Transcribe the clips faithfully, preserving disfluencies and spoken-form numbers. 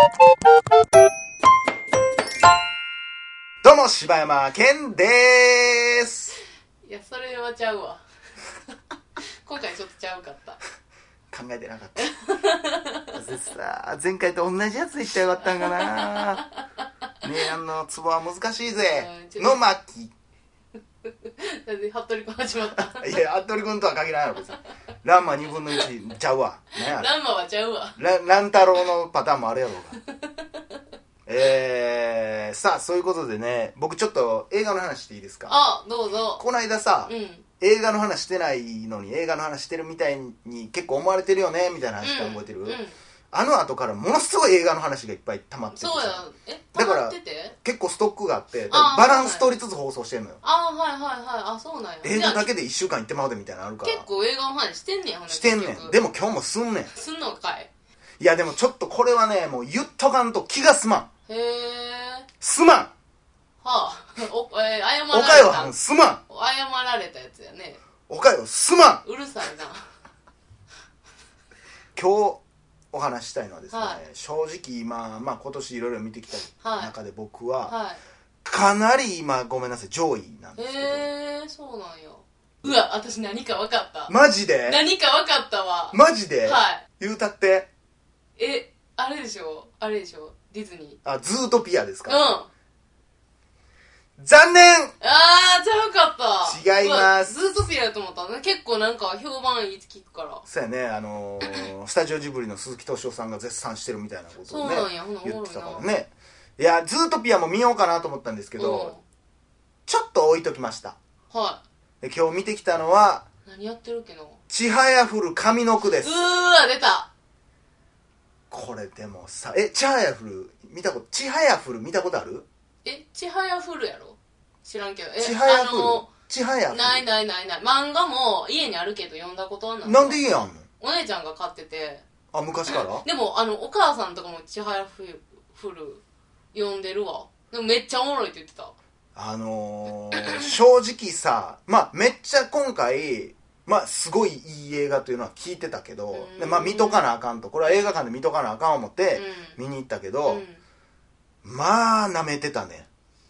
どうも柴山健でーす。 いや、それはちゃうわ今回ちょっとちゃうかった。 考えてなかったでさ、前回と同じやつ言ったらよかったんかなねえ、あのツボは難しいぜ、うん、の巻だって服部君始まったいや、服部君とは限らないわ別に。ランマにぶんのいちちゃうわ、ね、 ランマはちゃうわ。 ララン太郎のパターンもあるやろうがえー、さあそういうことでね、僕ちょっと映画の話していいですか。 あ、どうぞ。 この間さ、 うん、 映画の話してないのに映画の話してるみたいに結構思われてるよねみたいな話って覚えてる、 うんうん、 あの後からものすごい映画の話がいっぱい溜まっててさ。 そうや、え、溜まってて、だから結構ストックがあってバランス取りつつ放送してんのよ。 あ、はいはいはい、あ、そうなんや。 映画だけでいっしゅうかん行ってまうでみたいなのあるから。 結構映画の話してんねん。 してんねん。でも今日もすんねん。 すんのかい。 いやでもちょっとこれはね、もう言っとかんと気が済まん。 へえ。 すまん。 はあ、お、えー、謝られた。 おかよはすまん。 謝られたやつやね。 おかよすまん。 うるさいな今日お話したいのはですね、 はい、 正直今、まあ、今年いろいろ見てきた中で僕は、 はい、 かなり今ごめんなさい上位なんですけど。 へえー、そうなんや。うわ、私何か分かった。 マジで何か分かったわ。 マジで、 はい、 言うたって。 え、あれでしょ、あれでしょ、ディズニー。あ、ズートピアですか。 うん、 残念。 あー、ちゃうかった。 違います。 ズートピアやと思ったね。結構なんか評判いいって聞くから。 そうやね、あのー、スタジオジブリの鈴木敏夫さんが絶賛してるみたいなことをね言ってたからね。いや、ズートピアも見ようかなと思ったんですけど、うん、ちょっと置いときました。 はい。 で今日見てきたのは何やってるっけな、 ちはやふる上の句です。 うーわ、出た。 これでもさ、え、ちはやふる見たこと、ちはやふる見たことある？ え、ちはやふるやろ、知らんけど。え、 ちはやふる、ちはやふるないないないない。漫画も家にあるけど読んだことはない。 なんで家あんの？ お姉ちゃんが買ってて。 あ、昔から？ でもあのお母さんとかもちはやふる読んでるわ。でもめっちゃおもろいって言ってた。あのー、正直さ、まあめっちゃ今回まあすごいいい映画というのは聞いてたけど、でまあ見とかなあかんと、これは映画館で見とかなあかん思って見に行ったけど、うん、まあなめてたね。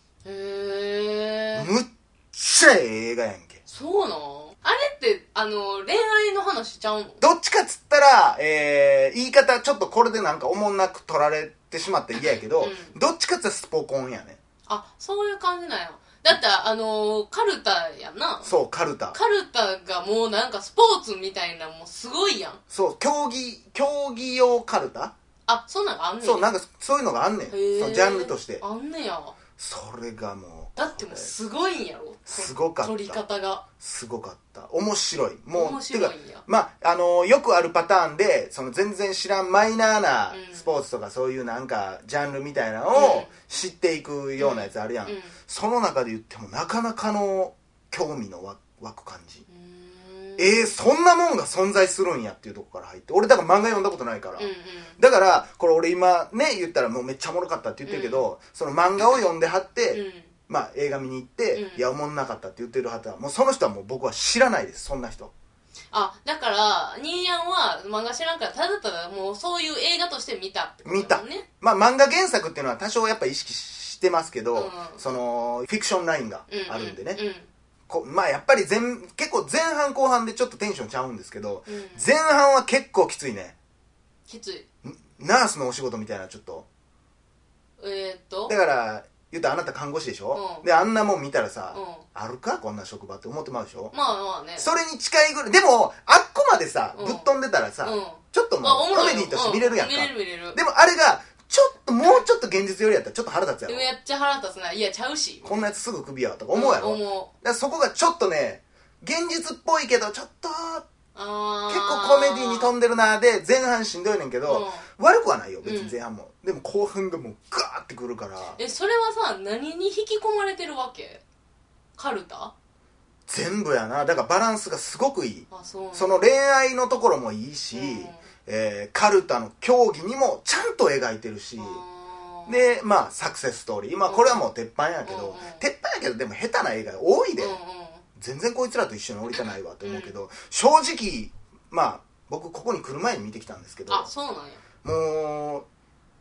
へえ。 むっちゃええ映画やんけ。 そうなの？あれってあの恋愛の話しちゃうの？ どっちかっつったら、えー、言い方ちょっとこれでなんかおもんなく取られてしまって嫌やけど、うん、どっちかっつったらスポコンやね。 あ、そういう感じなんや。だってあのー、カルタやな。 そう、カルタ。 カルタがもうなんかスポーツみたいな、もうすごいやん。 そう、競技競技用カルタ。 あ、そんなんがあんねん。 そう、なんかそういうのがあんねん。そのジャンルとしてあんねや。 それがもうだってもうすごいんやろ。 すごかった。 撮り方がすごかった。面白い。もう面白いんや。 まああのー、よくあるパターンでその全然知らんマイナーなスポーツとかそういうなんかジャンルみたいなのを知っていくようなやつあるやん、うんうん、その中で言ってもなかなかの興味の湧く感じ。えー、そんなもんが存在するんやっていうとこから入って、俺だから漫画読んだことないから、うんうん、だからこれ俺今ね言ったらもうめっちゃおもろかったって言ってるけど、うん、その漫画を読んではって、うん、まあ映画見に行って、うん、いやおもんなかったって言ってるはずはもうその人はもう僕は知らないです。そんな人。 あ、だからニーヤンは漫画知らんからただただもうそういう映画として見たってことだもんね。見た。まあ漫画原作っていうのは多少やっぱ意識してますけど、うん、そのフィクションラインがあるんでね、うんうんうん、こまあやっぱり前結構前半後半でちょっとテンションちゃうんですけど、うん、前半は結構きついね。 きつい。 ナースのお仕事みたいなちょっとえー、っとだから言うとあなた看護師でしょ、うん、であんなもん見たらさ、うん、あるかこんな職場って思ってまうでしょ。 まあまあね。 それに近いぐらいでもあっこまでさ、うん、ぶっ飛んでたらさ、うん、ちょっともうコメディとして見れるやんか、うん、見れる見れる。でもあれがちょっともうちょっと現実よりやったらちょっと腹立つやろ。 めっちゃ腹立つな。いやちゃうしこんなやつすぐクビやわとか思うやろ、うん、思う。だからそこがちょっとね現実っぽいけどちょっとあ結構コメディに飛んでるなで前半しんどいねんけど、うん、悪くはないよ別に前半も、うん、でも後半がもうガーってくるから。 えそれはさ何に引き込まれてるわけ？カルタ？ 全部やな。だからバランスがすごくいい。 あ、そうなんだ。 その恋愛のところもいいし、うん、えー、カルタの競技にもちゃんと描いてるし、でまあサクセスストーリー、まあこれはもう鉄板やけど、うんうん、鉄板やけどでも下手な映画多いで、うんうん、全然こいつらと一緒に降りてないわと思うけど、うん、正直まあ僕ここに来る前に見てきたんですけど、 あ、そうなんや。 もう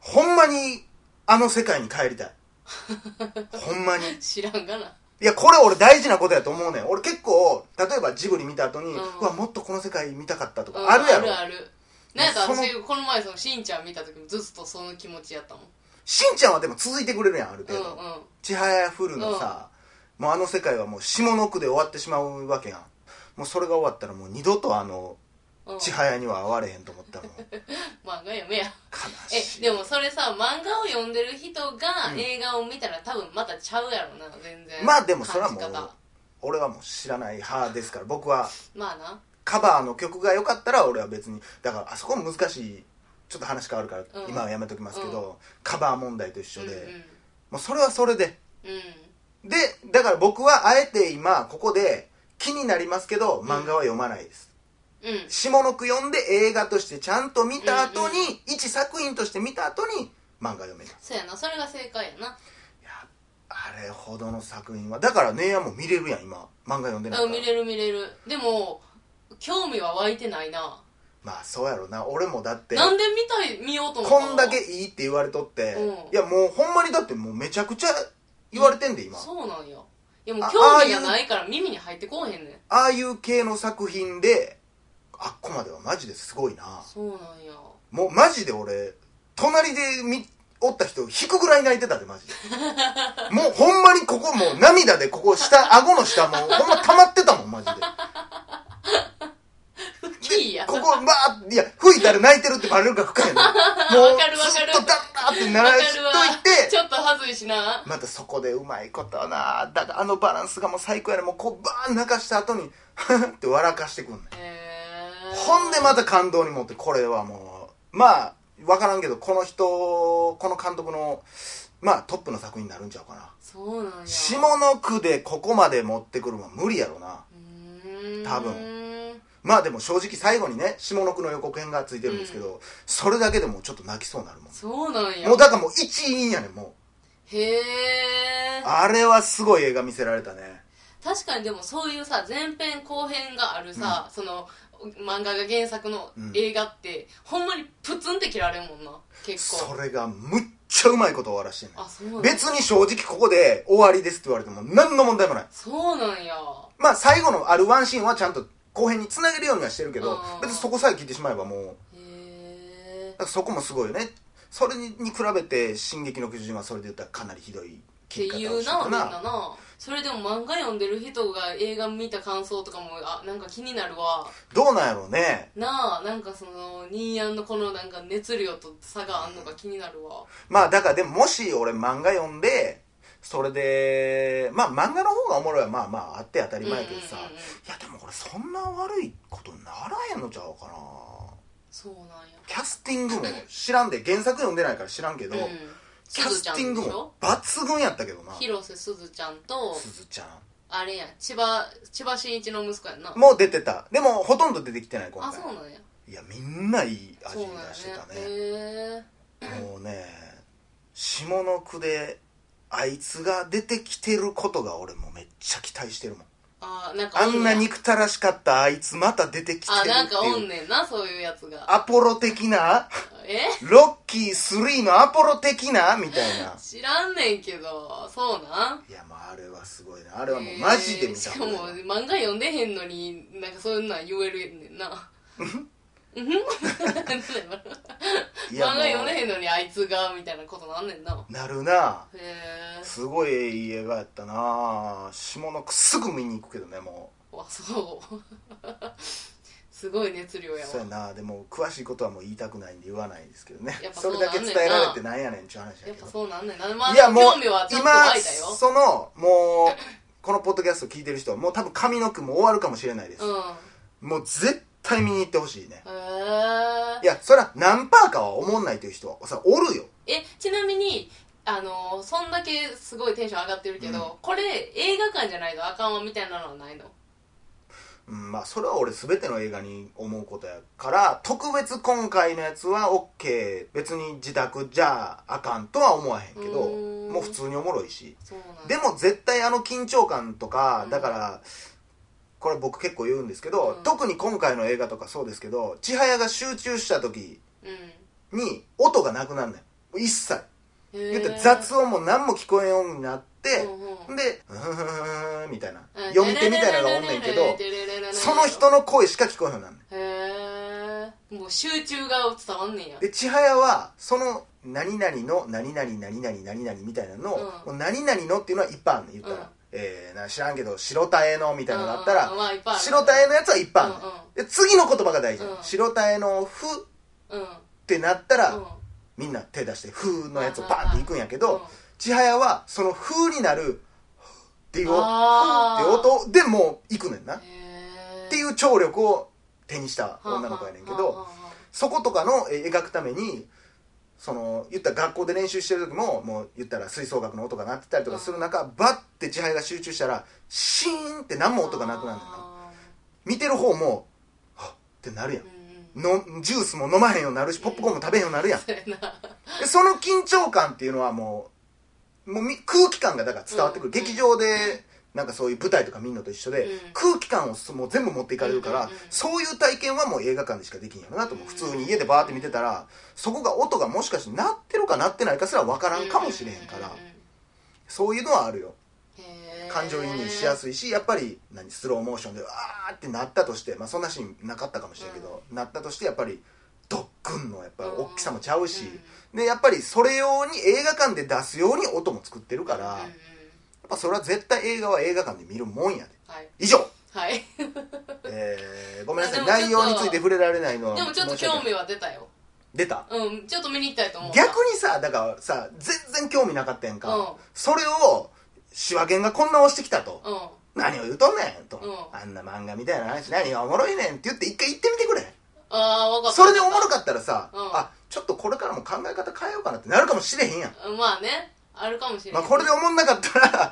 ほんまにあの世界に帰りたいほんまに知らんがな。 いやこれ俺大事なことやと思うねん。俺結構例えばジブリ見た後に、うん、うわもっとこの世界見たかったとか、うん、あるやろ。 あるある。なんやったら私この前そのしんちゃん見た時もずっとその気持ちやったもん。 しんちゃんはでも続いてくれるやんある程度、うんうん、ちはやふるのさ、うん、もうあの世界はもう下の句で終わってしまうわけやん。もうそれが終わったらもう二度とあのちはやには会われへんと思ったの漫画読めや。 悲しい。 えでもそれさ漫画を読んでる人が映画を見たら多分またちゃうやろな全然。 まあでもそれはもう俺はもう知らない派ですから僕は。 まあなカバーの曲が良かったら俺は別にだからあそこも難しい。ちょっと話変わるから今はやめときますけど、うん、カバー問題と一緒で、うんうん、もうそれはそれで、うん、でだから僕はあえて今ここで気になりますけど漫画は読まないです、うん、下の句読んで映画としてちゃんと見た後に、うんうん、一作品として見た後に漫画読める。 そうやなそれが正解やな。いやあれほどの作品はだから姉やんも見れるやん今漫画読んでないから。 見れる見れる。でも興味は湧いてないな。 まあそうやろな。俺もだってなんで見たい見ようと思ったの。 こんだけいいって言われとって、うん、いやもうほんまにだってもうめちゃくちゃ言われてんで今。 そうなんや。いやもう興味がないから耳に入ってこうへんねん。 ああいう系の作品であっこまではマジですごいな。 そうなんや。 もうマジで俺隣で見おった人引くぐらい泣いてたでマジでもうほんまにここもう涙でここ下顎の下もうほんま溜まってたもんマジでいいやここバーッいや吹いたら泣いてるってバレるか深いねもうわかるわかるずっとダッダーって鳴らしといてちょっとはずいしな。 またそこでうまいことはな。だからあのバランスがもう最高やね。もうこうバーン泣かした後にハハって笑かしてくんねん。 へほんでまた感動に持ってこれはもうまあ分からんけどこの人この監督のまあトップの作品になるんちゃうかな。 そうなんや。 下の句でここまで持ってくるのは無理やろな。うーん多分まあでも正直最後にね下の句の予告編がついてるんですけど、うん、それだけでもちょっと泣きそうになるもん。 そうなんや。 もうだからもう一員やねんもう。へえ。 あれはすごい映画見せられたね。 確かにでもそういうさ前編後編があるさ、うん、その漫画が原作の映画って、うん、ほんまにプツンって切られるもんな結構。 それがむっちゃうまいこと終わらしてんねん。 あそうなん別に正直ここで終わりですって言われても何の問題もない。 そうなんや。 まあ最後のあるワンシーンはちゃんと後編につなげるようにはしてるけど別にそこさえ切ってしまえばもうへだからそこもすごいよね。それに比べて進撃の巨人はそれで言ったらかなりひどい切り方をしてたな。っていうなみんなな。それでも漫画読んでる人が映画見た感想とかもあなんか気になるわ。 どうなんやろうね。 なあなんかそのニーヤンのこのなんか熱量と差があんのか気になるわ。 まあだからでももし俺漫画読んでそれでまあ漫画の方がおもろいはまあまああって当たり前やけどさ、うんうんうんうん、いやでもこれそんな悪いことにならへんのちゃうかな。 そうなんや。 キャスティングも知らんで原作読んでないから知らんけど、うん、キャスティングも抜群やったけどな。 広瀬すずちゃんとすずちゃんあれやん千葉千葉真一の息子やんな。 もう出てた。でもほとんど出てきてない今回。 あそうなんや。 いやみんないい味出してたね。 へえ。 もうね下の句であいつが出てきてることが俺もめっちゃ期待してるもん。 あなんかあんな憎たらしかったあいつまた出てきてるっていう。 あなんかおんねんなそういうやつが。 アポロ的なえロッキースリーのアポロ的なみたいな。 知らんねんけどそうなん。 いやまああれはすごいな。あれはもうマジで見た方がいい。しかも漫画読んでへんのになんかそういうのは言えるねんなうん漫画読んでへんのにあいつがみたいなことなんねんな。 なるな。 へえ。 すごいいい映画やったな。下の句すぐ見に行くけどねもう。わそうすごい熱量やわ。 そうやな。でも詳しいことはもう言いたくないんで言わないですけどね。それだけ伝えられてなんやねんちゅう話やけど。 やっぱそうなんねんな。まあ、 いやもう興味はちゃんと湧いたよ。 今そのもうこのポッドキャスト聞いてる人はもう多分上の句も終わるかもしれないです、うん、もう絶対見に行ってほしいね。へえ。いやそりゃ何パーかは思んないという人はさおるよ。 えちなみにあのそんだけすごいテンション上がってるけど、うん、これ映画館じゃないとあかんわみたいなのはないの？ うん、まあそれは俺全ての映画に思うことやから特別今回のやつは OK 別に自宅じゃあかんとは思わへんけどもう普通におもろいし。でも絶対あの緊張感とか、うん、だからこれ僕結構言うんですけど、うん、特に今回の映画とかそうですけど千早が集中した時に音がなくなんねん。 一切言って雑音も何も聞こえんようになって、うんうん、で「ふんふんふん」みたいな読み手みたいなのがおんねんけど、その人の声しか聞こえへんようになるねん。 へえ、もう集中が伝わんねんや。 で千早はその何々の何々何々何々みたいなのを、うん、何々のっていうのはいっぱいあるねん言ったら、うん、えー、な知らんけど白タエのみたいなのがあったら、うんまあ、白タエのやつはいっぱいあるねん、うんうん、で次の言葉が大事、うん、白タエのふ、うん、ってなったら、うん、みんな手出してふのやつをパンっていくんやけど、うん、千早はそのふになるっていう音でもういくねんなっていう聴力を手にした女の子やねんけど、そことかの描くためにその言ったら学校で練習してる時ももう言ったら吹奏楽の音が鳴ってたりとかする中、うん、バッて千早が集中したらシーンって何も音がなくなるんだよな。見てる方もはっってなるやん、うん、のジュースも飲まへんようになるしポップコーンも食べへんようになるやん、うん、でその緊張感っていうのはもう、もう空気感がだから伝わってくる、うん、劇場でなんかそういう舞台とか見るのと一緒で、うん、空気感をもう全部持っていかれるから、うんうんうん、そういう体験はもう映画館でしかできんやろなと思う、うん、普通に家でバーって見てたらそこが音がもしかして鳴ってるか鳴ってないかすら分からんかもしれへんから、うんうんうん、そういうのはあるよ。感情移入しやすいし、やっぱり何スローモーションでわーってなったとして、まあそんなシーンなかったかもしれんけど、うん、なったとしてやっぱりドックンのやっぱり大きさもちゃうし、うん、でやっぱりそれ用に映画館で出すように音も作ってるから、うんうん、やっぱそれは絶対映画は映画館で見るもんやで、はい、以上はい、えー、ごめんなさい内容について触れられないのはでもちょっと興味は出たよ。 出た？ うんちょっと見に行きたいと思う。 逆にさだからさ全然興味なかったやんか、うん、それをシワゲンがこんな押してきたと、うん、何を言うとんねんと、うん、あんな漫画みたいな話何がおもろいねんって言って一回言ってみてくれ。 あ分かった。 それでおもろかったらさ、うん、あちょっとこれからも考え方変えようかなってなるかもしれへんやん。 まあねあるかもしれない、 まあ、これでおもんなかったら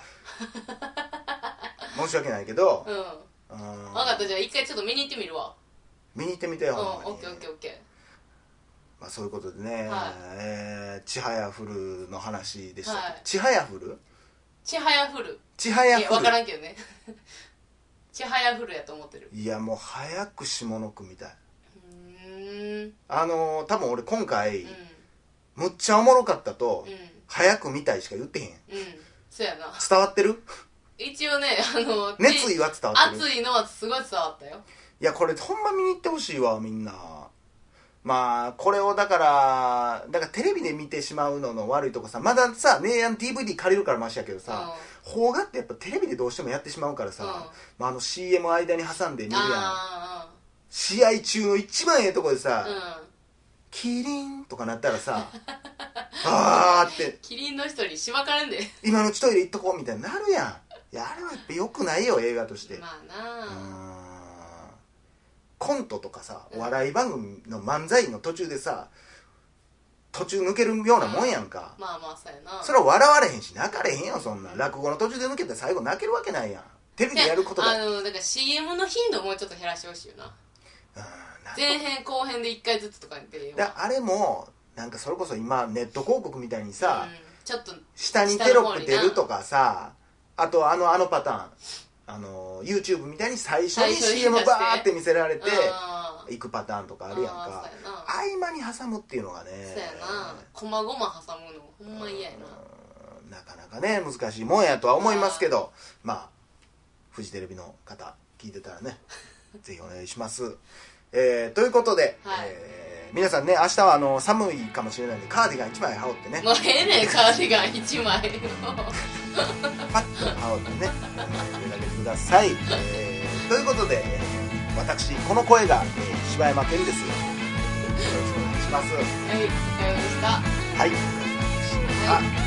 申し訳ないけど、 うん分かった。じゃあ一回ちょっと見に行ってみるわ。 見に行ってみてよ。 うんオッケーオッケーオッケー。 まあそういうことでね、 はいえー、ちはやふるの話でした、 はい、 ちはやふるちはやふるちはやふる分からんけどねちはやふるやと思ってる。 いやもう早く下の句みたい。 うーんあのー、多分俺今回、うん、むっちゃおもろかったと、うん、早く見たいしか言ってへん。うんそうやな。 伝わってる？ 一応ねあの熱意は伝わってる。 熱いのはすごい伝わったよ。 いやこれほんま見に行ってほしいわみんな。まあこれをだからだからテレビで見てしまうのの悪いとこさ、まださね ディーブイディー 借りるからマシやけどさ、邦画ってやっぱテレビでどうしてもやってしまうからさ、うんまあ、あの シーエム 間に挟んで見るやん。試合中の一番ええとこでさ、うん、キリンとかなったらさあーってキリンの人にしばかれんで今のうちトイレ行っとこうみたいになるやん。いやあれはやっぱ良くないよ映画として。 まあなうんコントとかさお笑い番組の漫才の途中でさ途中抜けるようなもんやんか、 うん、まあまあそうやな。 それは笑われへんし泣かれへんよそんな。落語の途中で抜けて最後泣けるわけないやん。テレビでやることだ。 あのだから シーエム の頻度もうちょっと減らしてほしいよな。うん前編後編でいっかいずつとかに出るよ。 あれもなんかそれこそ今ネット広告みたいにさ、 うん、ちょっと下にテロップ出るとかさ、あとあのあのパターンあの YouTube みたいに最初に シーエム バーって見せられて行くパターンとかあるやんか。合間に挟むっていうのがねそうやな。こまごま挟むのほんま嫌やな。なかなかね難しいもんやとは思いますけど、まあフジテレビの方聞いてたらねぜひお願いします。えー、ということで、はいえー、皆さんね明日はあの寒いかもしれないんでカーディガンいちまい羽織ってね。 もうええねんカーディガンいちまいパッと羽織ってね出かけてください、えー、ということで、えー、私この声が、えー、柴山健です。よろしくお願いします。 はい、お疲れ様でした。 はい、お疲れ様でした。はい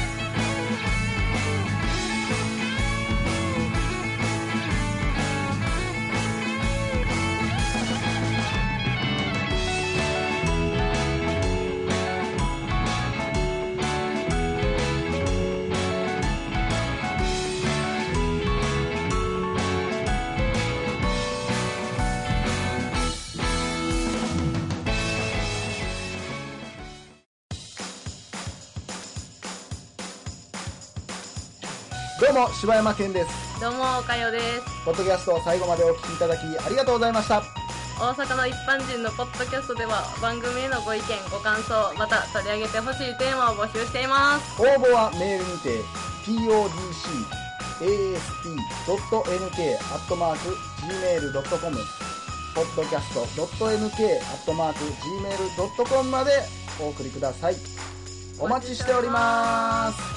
どうも柴山健です。 どうもおかよです。 ポッドキャストを最後までお聞きいただきありがとうございました。 大阪の一般人のポッドキャストでは番組へのご意見ご感想また取り上げてほしいテーマを募集しています。 応募はメールにて ポッドキャスト ドット エヌケー アットマーク ジーメール ドットコム ポッドキャスト ドット エヌケー アットマーク ジーメール ドットコム までお送りください。お待ちしております。